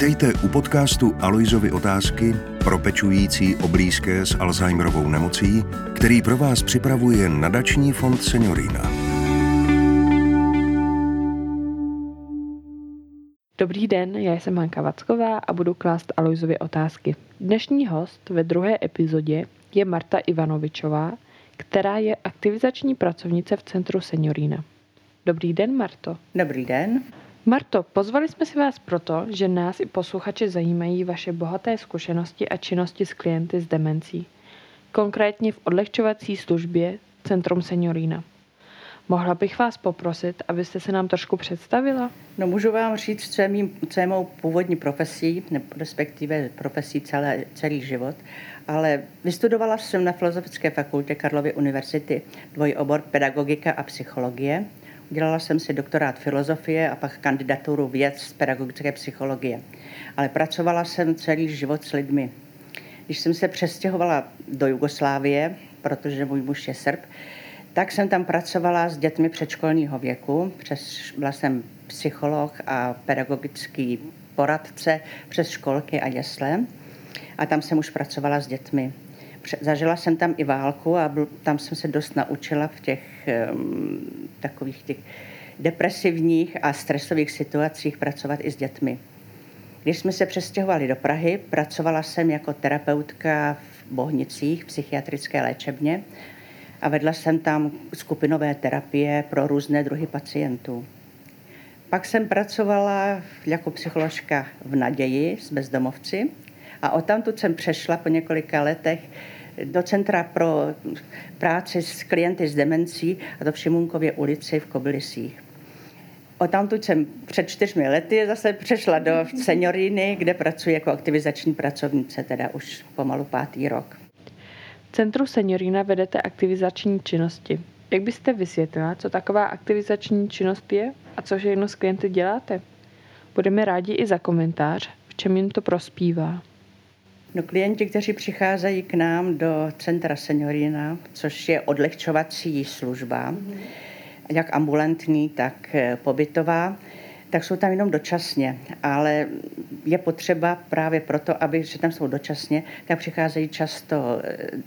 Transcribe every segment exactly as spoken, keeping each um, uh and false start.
Vítejte u podcastu Aloisovy otázky pro pečující o blízké s Alzheimerovou nemocí, který pro vás připravuje Nadační fond Seniorina. Dobrý den, já jsem Hanka Vacková a budu klást Aloisovy otázky. Dnešní host ve druhé epizodě je Marta Ivanovičová, která je aktivizační pracovnice v Centru Seniorina. Dobrý den, Marto. Dobrý den. Marto, pozvali jsme si vás proto, že nás i posluchače zajímají vaše bohaté zkušenosti a činnosti s klienty s demencí. Konkrétně v odlehčovací službě Centrum Seniorina. Mohla bych vás poprosit, abyste se nám trošku představila? No, můžu vám říct, co je, mým, co je mou původní profesí, nebo respektive profesí celé, celý život, ale vystudovala jsem na Filozofické fakultě Karlovy univerzity dvojobor pedagogika a psychologie. Udělala jsem si doktorát filozofie a pak kandidaturu věd z pedagogické psychologie. Ale pracovala jsem celý život s lidmi. Když jsem se přestěhovala do Jugoslávie, protože můj muž je Srb, tak jsem tam pracovala s dětmi předškolního věku. Přes, byla jsem psycholog a pedagogický poradce přes školky a jesle. A tam jsem už pracovala s dětmi. Zažila jsem tam i válku a byl, tam jsem se dost naučila v těch um, takových těch depresivních a stresových situacích pracovat i s dětmi. Když jsme se přestěhovali do Prahy, pracovala jsem jako terapeutka v Bohnicích, psychiatrické léčebně, a vedla jsem tam skupinové terapie pro různé druhy pacientů. Pak jsem pracovala jako psycholožka v Naději s bezdomovci a odtamtud jsem přešla po několika letech do Centra pro práci s klienty s demencí, a to v Šimunkově ulici v Kobylisích. Odtamtud jsem před čtyřmi lety zase přešla do Senioriny, kde pracuji jako aktivizační pracovnice, teda už pomalu pátý rok. V Centru Seniorina vedete aktivizační činnosti. Jak byste vysvětlila, co taková aktivizační činnost je a co všechno s klienty děláte? Budeme rádi i za komentář, v čem jim to prospívá. No, klienti, kteří přicházejí k nám do Centra Seniorina, což je odlehčovací služba, mm. jak ambulantní, tak pobytová, tak jsou tam jenom dočasně, ale je potřeba právě proto, aby, že tam jsou dočasně, tak přicházejí často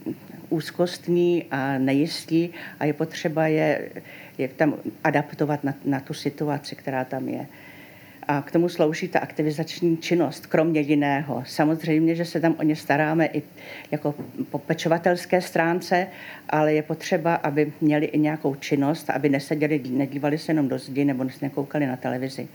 úzkostní a nejistí a je potřeba je, je tam adaptovat na, na tu situaci, která tam je. A k tomu slouží ta aktivizační činnost, kromě jiného. Samozřejmě, že se tam o ně staráme i jako po pečovatelské stránce, ale je potřeba, aby měli i nějakou činnost, aby neseděli, nedívali se jenom do zdi nebo nekoukali na televizi.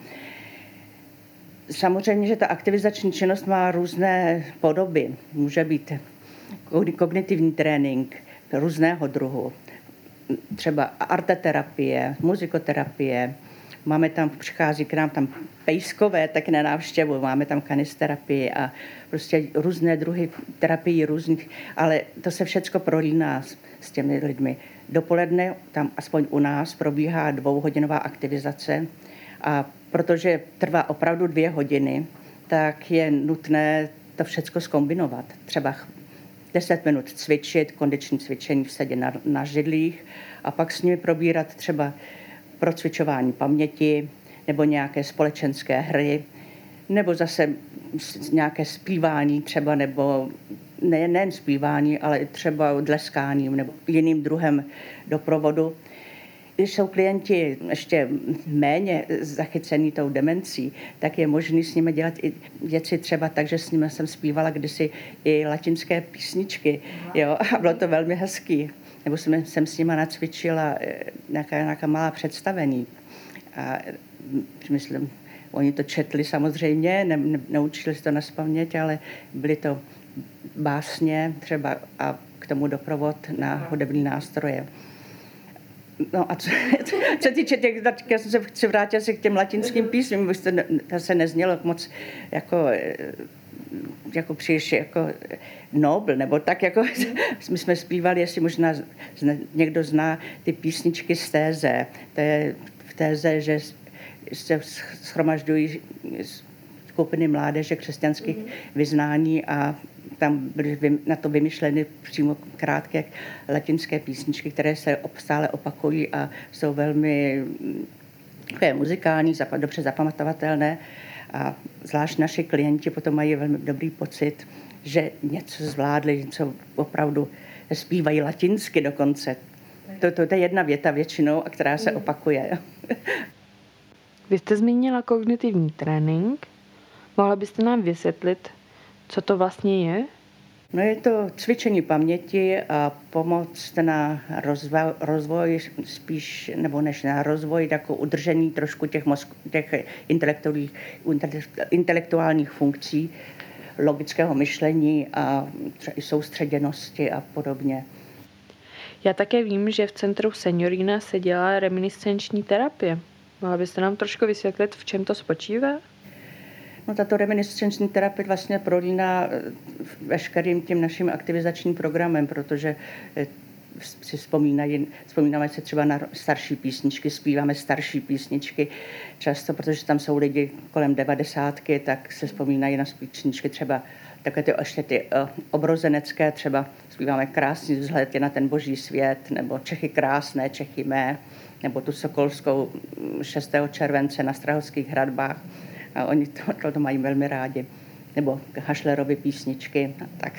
Samozřejmě, že ta aktivizační činnost má různé podoby. Může být kognitivní trénink různého druhu, třeba arteterapie, muzikoterapie. Máme tam, přichází k nám tam pejskové, tak na návštěvu, máme tam kanisterapii a prostě různé druhy terapií různých, ale to se všecko prolíná s, s těmi lidmi. Dopoledne tam aspoň u nás probíhá dvouhodinová aktivizace a protože trvá opravdu dvě hodiny, tak je nutné to všecko zkombinovat. Třeba deset minut cvičit, kondiční cvičení v sedě na, na židlích a pak s nimi probírat třeba procvičování paměti nebo nějaké společenské hry, nebo zase nějaké zpívání třeba, nebo ne, nejen zpívání, ale i třeba tleskáním nebo jiným druhem doprovodu. Když jsou klienti ještě méně zachycený tou demencí, tak je možné s nimi dělat i věci třeba tak, že s nimi jsem zpívala kdysi i latinské písničky, jo, a bylo to velmi hezký. Nebo jsem, jsem s nima nacvičila nějaká, nějaká malá představení. A myslím, oni to četli samozřejmě, ne, ne, neučili se to nazpaměť, ale byly to básně třeba a k tomu doprovod na hudební nástroje. No a co, co týče těch, já jsem se chci vrátit se k těm latinským písním, už to, to se neznělo moc jako, jako příliš jako nobl, nebo tak jako my jsme zpívali, jestli možná někdo zná ty písničky z Téze. To je v Téze, že se shromažďují skupiny mládeže křesťanských vyznání a tam byly na to vymyšleny přímo krátké latinské písničky, které se stále opakují a jsou velmi muzikální, dobře zapamatovatelné. A zvlášť naši klienti potom mají velmi dobrý pocit, že něco zvládli, něco opravdu zpívají latinsky dokonce. To, to, to je jedna věta většinou, a která se opakuje. Vy jste zmínila kognitivní trénink. Mohla byste nám vysvětlit, co to vlastně je? No je to cvičení paměti a pomoc na rozvoj, rozvoj spíš, nebo než na rozvoj, jako udržení trošku těch, mozku, těch intelektuálních, intelektuálních funkcí, logického myšlení a i soustředěnosti a podobně. Já také vím, že v Centru Seniorina se dělá reminiscenční terapie. Mohla byste nám trošku vysvětlit, v čem to spočívá? No, tato reminiscenční terapie vlastně prolíná veškerým tím naším aktivizačním programem, protože si vzpomínají, vzpomínáme se třeba na starší písničky, zpíváme starší písničky. Často, protože tam jsou lidi kolem devadesátky, tak se vzpomínají na písničky třeba takové ty, ještě ty obrozenecké, třeba zpíváme Krásný vzhled je na ten boží svět, nebo Čechy krásné, Čechy mé, nebo tu sokolskou šestého července na Strahovských hradbách. A oni to, to, to mají velmi rádi. Nebo Hašlerovy písničky a tak.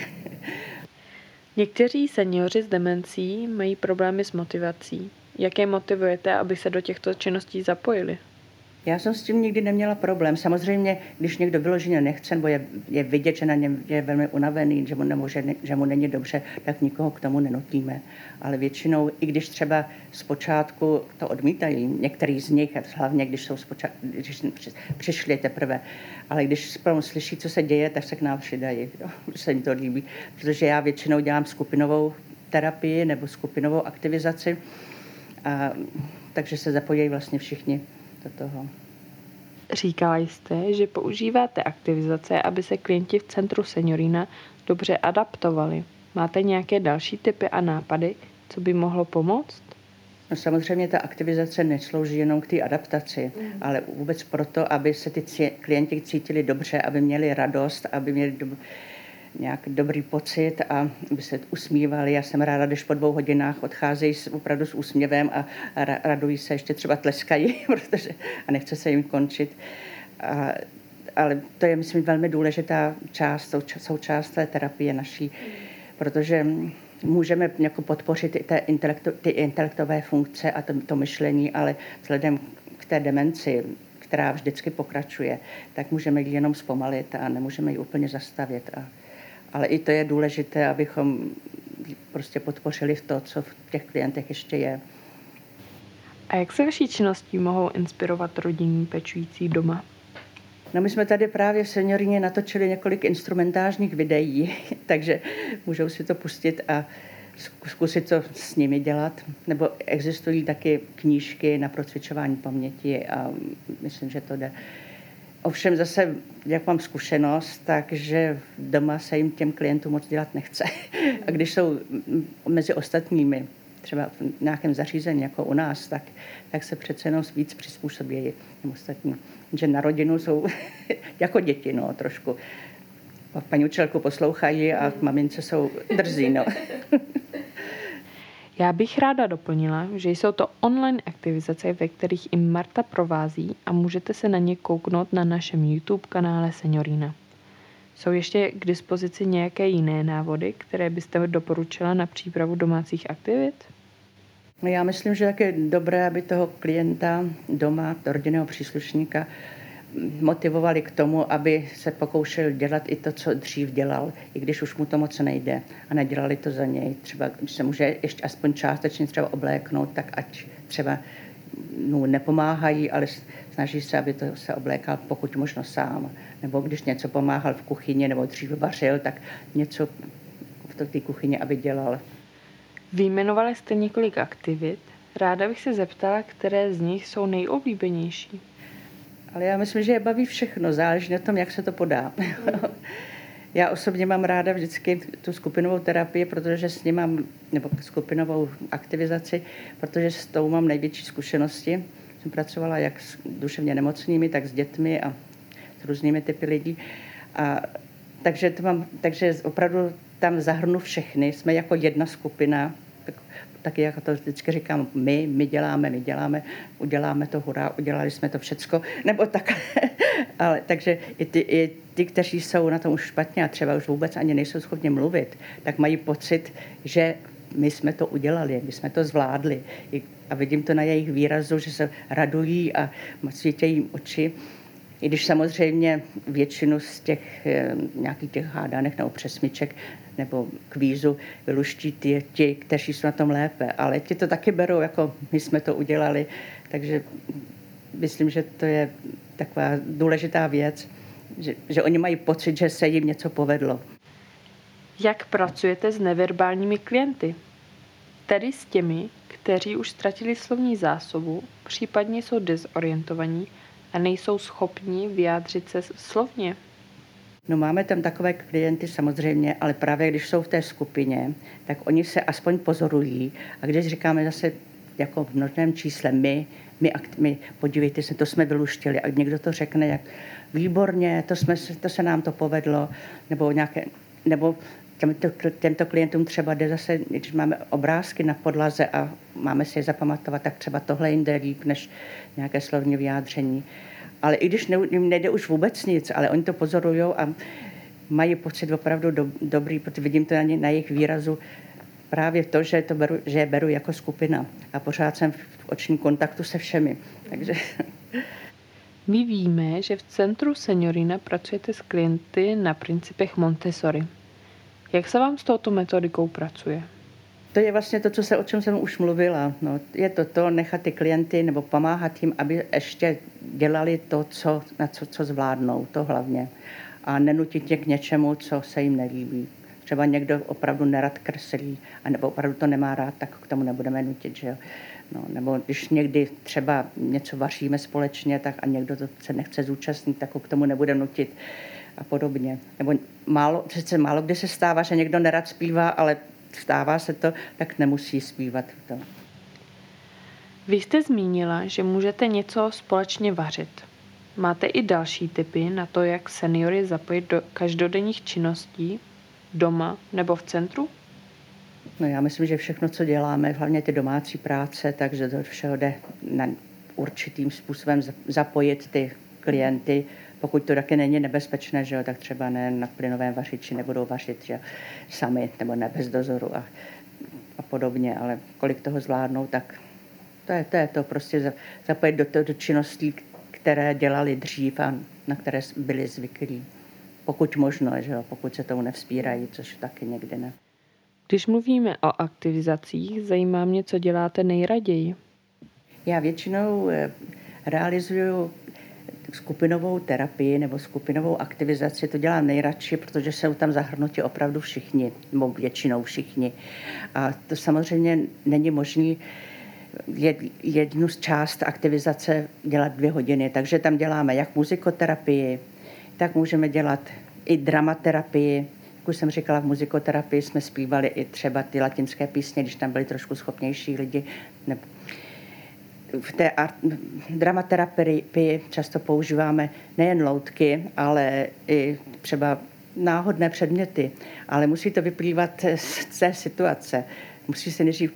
Někteří seniori s demencí mají problémy s motivací. Jak je motivujete, aby se do těchto činností zapojili? Já jsem s tím nikdy neměla problém. Samozřejmě, když někdo vyloženě nechce, nebo je, je vidět, že na něm je velmi unavený, že mu, nemůže, že mu není dobře, tak nikoho k tomu nenutíme. Ale většinou, i když třeba zpočátku to odmítají, některý z nich, hlavně když, jsou zpočátku, když přišli teprve, ale když slyší, co se děje, tak se k nám přidají. Jo, se jim to líbí. Protože já většinou dělám skupinovou terapii nebo skupinovou aktivizaci, a, takže se zapojí vlastně všichni do toho. Říkala jste, že používáte aktivizace, aby se klienti v Centru Seniorina dobře adaptovali. Máte nějaké další tipy a nápady, co by mohlo pomoct? No samozřejmě ta aktivizace neslouží jenom k té adaptaci, mm. ale vůbec proto, aby se ty klienti cítili dobře, aby měli radost, aby měli do, nějak dobrý pocit a aby se usmívali. Já jsem ráda, když po dvou hodinách odcházejí s, opravdu s úsměvem a, a radují se, ještě třeba tleskají, protože, a nechce se jim končit. A, ale to je, myslím, velmi důležitá část, součást té terapie naší, protože můžeme jako podpořit i té intelektu, ty intelektové funkce a to, to myšlení, ale vzhledem k té demenci, která vždycky pokračuje, tak můžeme ji jenom zpomalit a nemůžeme ji úplně zastavit. A, ale i to je důležité, abychom prostě podpořili v to, co v těch klientech ještě je. A jak se vaší činností mohou inspirovat rodinní pečující doma? No my jsme tady právě v Seniorině natočili několik instrumentážních videí, takže můžou si to pustit a zkusit to s nimi dělat. Nebo existují taky knížky na procvičování paměti a myslím, že to jde. Ovšem zase, jak mám zkušenost, takže doma se jim těm klientům moc dělat nechce. A když jsou mezi ostatními, třeba v nějakém zařízení jako u nás, tak, tak se přece jenom víc přizpůsobějí těm ostatním. Že na rodinu jsou jako děti, no, trošku. Paní učitelku poslouchají a mamince jsou drzí, no. Já bych ráda doplnila, že jsou to online aktivizace, ve kterých i Marta provází a můžete se na ně kouknout na našem YouTube kanále Seniorina. Jsou ještě k dispozici nějaké jiné návody, které byste doporučila na přípravu domácích aktivit? No já myslím, že tak je dobré, aby toho klienta doma, rodinného příslušníka, motivovali k tomu, aby se pokoušel dělat i to, co dřív dělal, i když už mu to moc nejde a nedělali to za něj. Třeba, když se může ještě aspoň částečně třeba obléknout, tak ať třeba no, nepomáhají, ale snaží se, aby to se oblékal pokud možno sám. Nebo když něco pomáhal v kuchyni nebo dřív vařil, tak něco v té kuchyni, aby dělal. Vyjmenovali jste několik aktivit. Ráda bych se zeptala, které z nich jsou nejoblíbenější. Ale já myslím, že je baví všechno, záleží na tom, jak se to podá. Já osobně mám ráda vždycky tu skupinovou terapii, protože s ní mám, nebo skupinovou aktivizaci, protože s tou mám největší zkušenosti. Jsem pracovala jak s duševně nemocnými, tak s dětmi a s různými typy lidí. A, takže, to mám, takže opravdu tam zahrnu všechny. Jsme jako jedna skupina, tak, taky jako to vždycky říkám, my, my děláme, my děláme, uděláme to, hurá, udělali jsme to všecko, nebo tak. Ale takže i ty, i ty, kteří jsou na tom už špatně a třeba už vůbec ani nejsou schopni mluvit, tak mají pocit, že my jsme to udělali, my jsme to zvládli. A vidím to na jejich výrazu, že se radují a svítějí oči. I když samozřejmě většinu z těch nějakých těch hádanek nebo přesmiček nebo kvízu vyluští ti, ti, kteří jsou na tom lépe. Ale ti to taky berou, jako my jsme to udělali. Takže myslím, že to je taková důležitá věc, že, že oni mají pocit, že se jim něco povedlo. Jak pracujete s neverbálními klienty? Tedy s těmi, kteří už ztratili slovní zásobu, případně jsou dezorientovaní a nejsou schopni vyjádřit se slovně? No máme tam takové klienty samozřejmě, ale právě když jsou v té skupině, tak oni se aspoň pozorují a když říkáme zase jako v množném čísle my, my, my podívejte se, to jsme vyluštili a někdo to řekne, jak výborně, to, jsme, to se nám to povedlo, nebo nějaké, nebo těmto, těmto klientům třeba jde zase, když máme obrázky na podlaze a máme si je zapamatovat, tak třeba tohle jim jde líp než nějaké slovní vyjádření. Ale i když jim nejde už vůbec nic, ale oni to pozorují a mají pocit opravdu do, dobrý, protože vidím to na, ně, na jejich výrazu, právě to, že, to beru, že je beru jako skupina. A pořád jsem v očním kontaktu se všemi. Takže... My víme, že v Centru Seniorina pracujete s klienty na principech Montessori. Jak se vám s touto metodikou pracuje? To je vlastně to, co se, o čem jsem už mluvila. No, je to to, nechat ty klienty nebo pomáhat jim, aby ještě dělali to, co, na co, co zvládnou, to hlavně. A nenutit je k něčemu, co se jim nelíbí. Třeba někdo opravdu nerad kreslí, anebo opravdu to nemá rád, tak k tomu nebudeme nutit, že jo. No, nebo když někdy třeba něco vaříme společně, tak a někdo to se nechce zúčastnit, tak ho k tomu nebude nutit a podobně. Nebo málo, přece málo kdy se stává, že někdo nerad zpívá, ale stává se to, tak nemusí zpívat to. Vy jste zmínila, že můžete něco společně vařit. Máte i další tipy na to, jak seniory zapojit do každodenních činností doma nebo v centru? No já myslím, že všechno, co děláme, hlavně ty domácí práce, takže do všeho jde na určitým způsobem zapojit ty klienty. Pokud to taky není nebezpečné, že jo, tak třeba ne na plynovém vařiči nebudou vařit, že sami, nebo ne bez dozoru a, a podobně, ale kolik toho zvládnou, tak to je to, je to prostě zapojit do, do činností, které dělali dřív a na které byli zvyklí. Pokud možno, že jo, pokud se tomu nevzpírají, což taky někdy ne. Když mluvíme o aktivizacích, zajímá mě, co děláte nejraději. Já většinou realizuju skupinovou terapii nebo skupinovou aktivizaci. To dělám nejradši, protože jsou tam zahrnuti opravdu všichni, nebo většinou všichni. A to samozřejmě není možné jednu z část aktivizace dělat dvě hodiny. Takže tam děláme jak muzikoterapii, tak můžeme dělat i dramaterapii. Jak už jsem říkala, v muzikoterapii jsme zpívali i třeba ty latinské písně, když tam byli trošku schopnější lidi. V té art, dramaterapii často používáme nejen loutky, ale i třeba náhodné předměty. Ale musí to vyplývat z té situace. Musí se nejdřív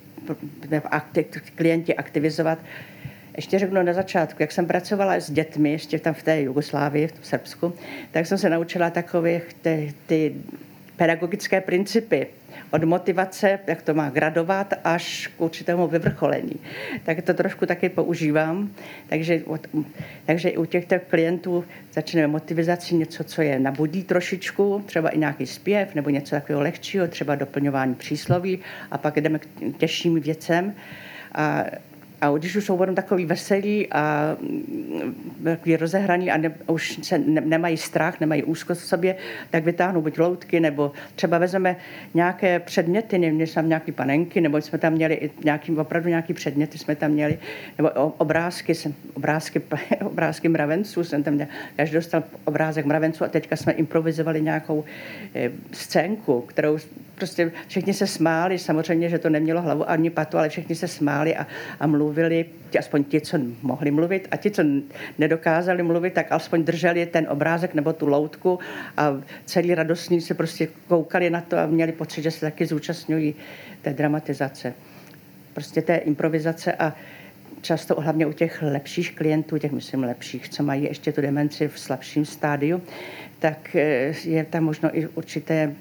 klienti aktivizovat. Ještě řeknu na začátku, jak jsem pracovala s dětmi, ještě tam v té Jugoslávii, v Srbsku, tak jsem se naučila takových ty, ty pedagogické principy. Od motivace, jak to má gradovat, až k určitému vyvrcholení. Tak to trošku taky používám. Takže, takže i u těchto klientů začneme motivizací něco, co je nabudí trošičku, třeba i nějaký zpěv nebo něco takového lehčího, třeba doplňování přísloví a pak jdeme k těžším věcem. A A když už jsou potom takový veselí a takový rozehraný a ne, už se ne, nemají strach, nemají úzkost v sobě, tak vytáhnou buď loutky, nebo třeba vezmeme nějaké předměty, nevím, tam nějaký panenky, nebo jsme tam měli i nějaký, opravdu nějaký předměty jsme tam měli, nebo obrázky, jsem, obrázky, obrázky mravenců jsem tam měla. Já dostal obrázek mravenců a teďka jsme improvizovali nějakou e, scénku, kterou prostě všichni se smáli, samozřejmě, že to nemělo hlavu ani patu, ale všichni se smáli a, a mluvili, aspoň ti, co mohli mluvit a ti, co nedokázali mluvit, tak alespoň drželi ten obrázek nebo tu loutku a celý radostní se prostě koukali na to a měli pocit, že se taky zúčastňují té dramatizace. Prostě té improvizace a často hlavně u těch lepších klientů, těch myslím lepších, co mají ještě tu demenci v slabším stádiu, tak je tam možno i určité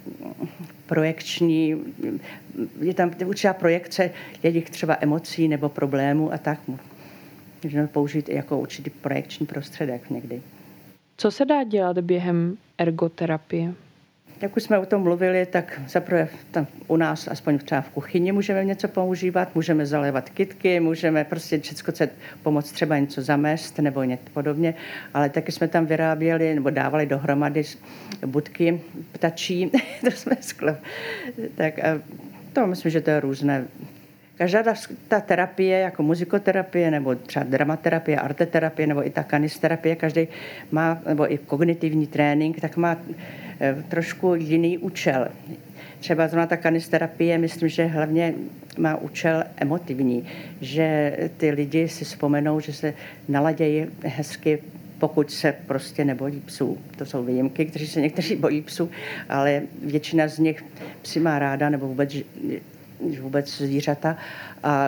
projekční, je tam určitá projekce jejich třeba emocí nebo problémů a tak můžeme použít i jako určitý projekční prostředek někdy. Co se dá dělat během ergoterapie? Jak už jsme o tom mluvili, tak zaprvé tam u nás, aspoň třeba v kuchyni, můžeme něco používat, můžeme zalévat kytky, můžeme prostě všechno se pomoct třeba něco zamést nebo něco podobně, ale taky jsme tam vyráběli nebo dávali dohromady budky ptačí, to jsme sklo. Tak a to myslím, že to je různé. Každá ta, ta terapie, jako muzikoterapie, nebo třeba dramaterapie, arteterapie, nebo i ta kanisterapie, každý má, nebo i kognitivní trénink, tak má e, trošku jiný účel. Třeba zrovna ta kanisterapie, myslím, že hlavně má účel emotivní, že ty lidi si vzpomenou, že se naladějí hezky, pokud se prostě nebojí psů. To jsou výjimky, kteří se někteří bojí psů, ale většina z nich psi má ráda, nebo vůbec vůbec zvířata a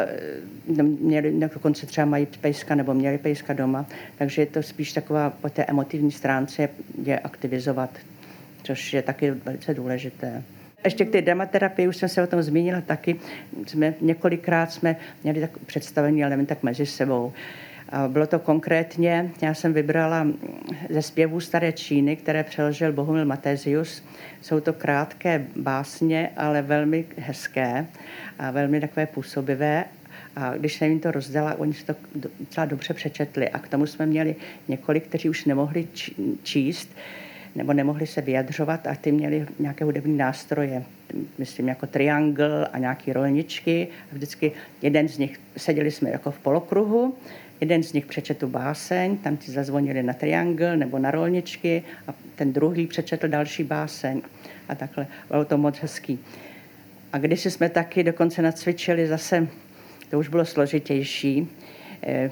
měli, dokonce třeba mají pejska nebo měli pejska doma, takže je to spíš taková po té emotivní stránce je aktivizovat, což je taky velice důležité. Ještě k té dramaterapii, už jsem se o tom zmínila taky, jsme, několikrát jsme měli tak představení, ale nevím, tak mezi sebou. A bylo to konkrétně, já jsem vybrala ze zpěvů Staré Číny, které přeložil Bohumil Matézius. Jsou to krátké básně, ale velmi hezké a velmi takové působivé. A když jsem jim to rozdala, oni si to docela dobře přečetli. A k tomu jsme měli několik, kteří už nemohli číst nebo nemohli se vyjadřovat a ty měli nějaké hudební nástroje, myslím jako triangl a nějaké rolničky. A vždycky jeden z nich, seděli jsme jako v polokruhu, jeden z nich přečetl báseň, tam ti zazvonili na triangl nebo na rolničky a ten druhý přečetl další báseň a takhle. Bylo to moc hezký. A když jsme taky dokonce nacvičili zase, to už bylo složitější, eh,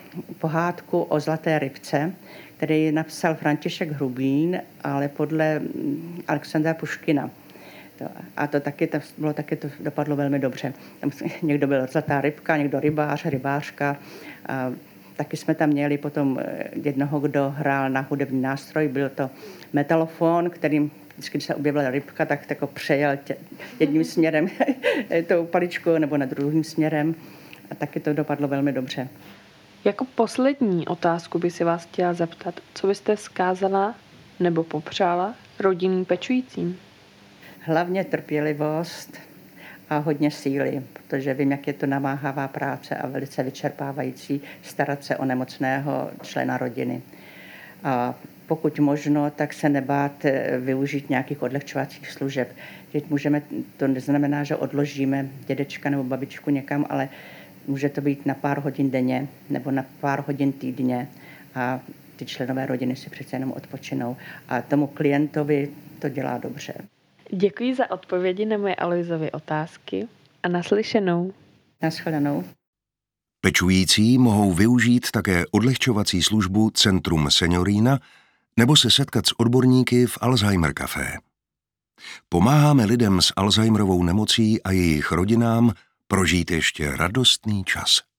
pohádku o zlaté rybce, který napsal František Hrubín, ale podle Alexandra Puškina. To, a to taky, to bylo taky, to dopadlo velmi dobře. Tam někdo byl zlatá rybka, někdo rybář, rybářka. A taky jsme tam měli potom jednoho, kdo hrál na hudební nástroj. Byl to metalofon, kterým vždycky, když se objevila rybka, tak tako přejel tě, jedním směrem tou paličkou nebo na druhým směrem. A taky to dopadlo velmi dobře. Jako poslední otázku by si vás chtěla zeptat, co byste vzkázala nebo popřála rodinným pečujícím? Hlavně trpělivost a hodně síly, protože vím, jak je to namáhavá práce a velice vyčerpávající starat se o nemocného člena rodiny. A pokud možno, tak se nebát využít nějakých odlehčovacích služeb. Můžeme, to neznamená, že odložíme dědečka nebo babičku někam, ale může to být na pár hodin denně nebo na pár hodin týdně a ty členové rodiny si přece jenom odpočinou a tomu klientovi to dělá dobře. Děkuji za odpovědi na moje Aloisovy otázky a naslyšenou. Naschledanou. Pečující mohou využít také odlehčovací službu Centrum Seniorína nebo se setkat s odborníky v Alzheimer Café. Pomáháme lidem s Alzheimerovou nemocí a jejich rodinám prožít ještě radostný čas.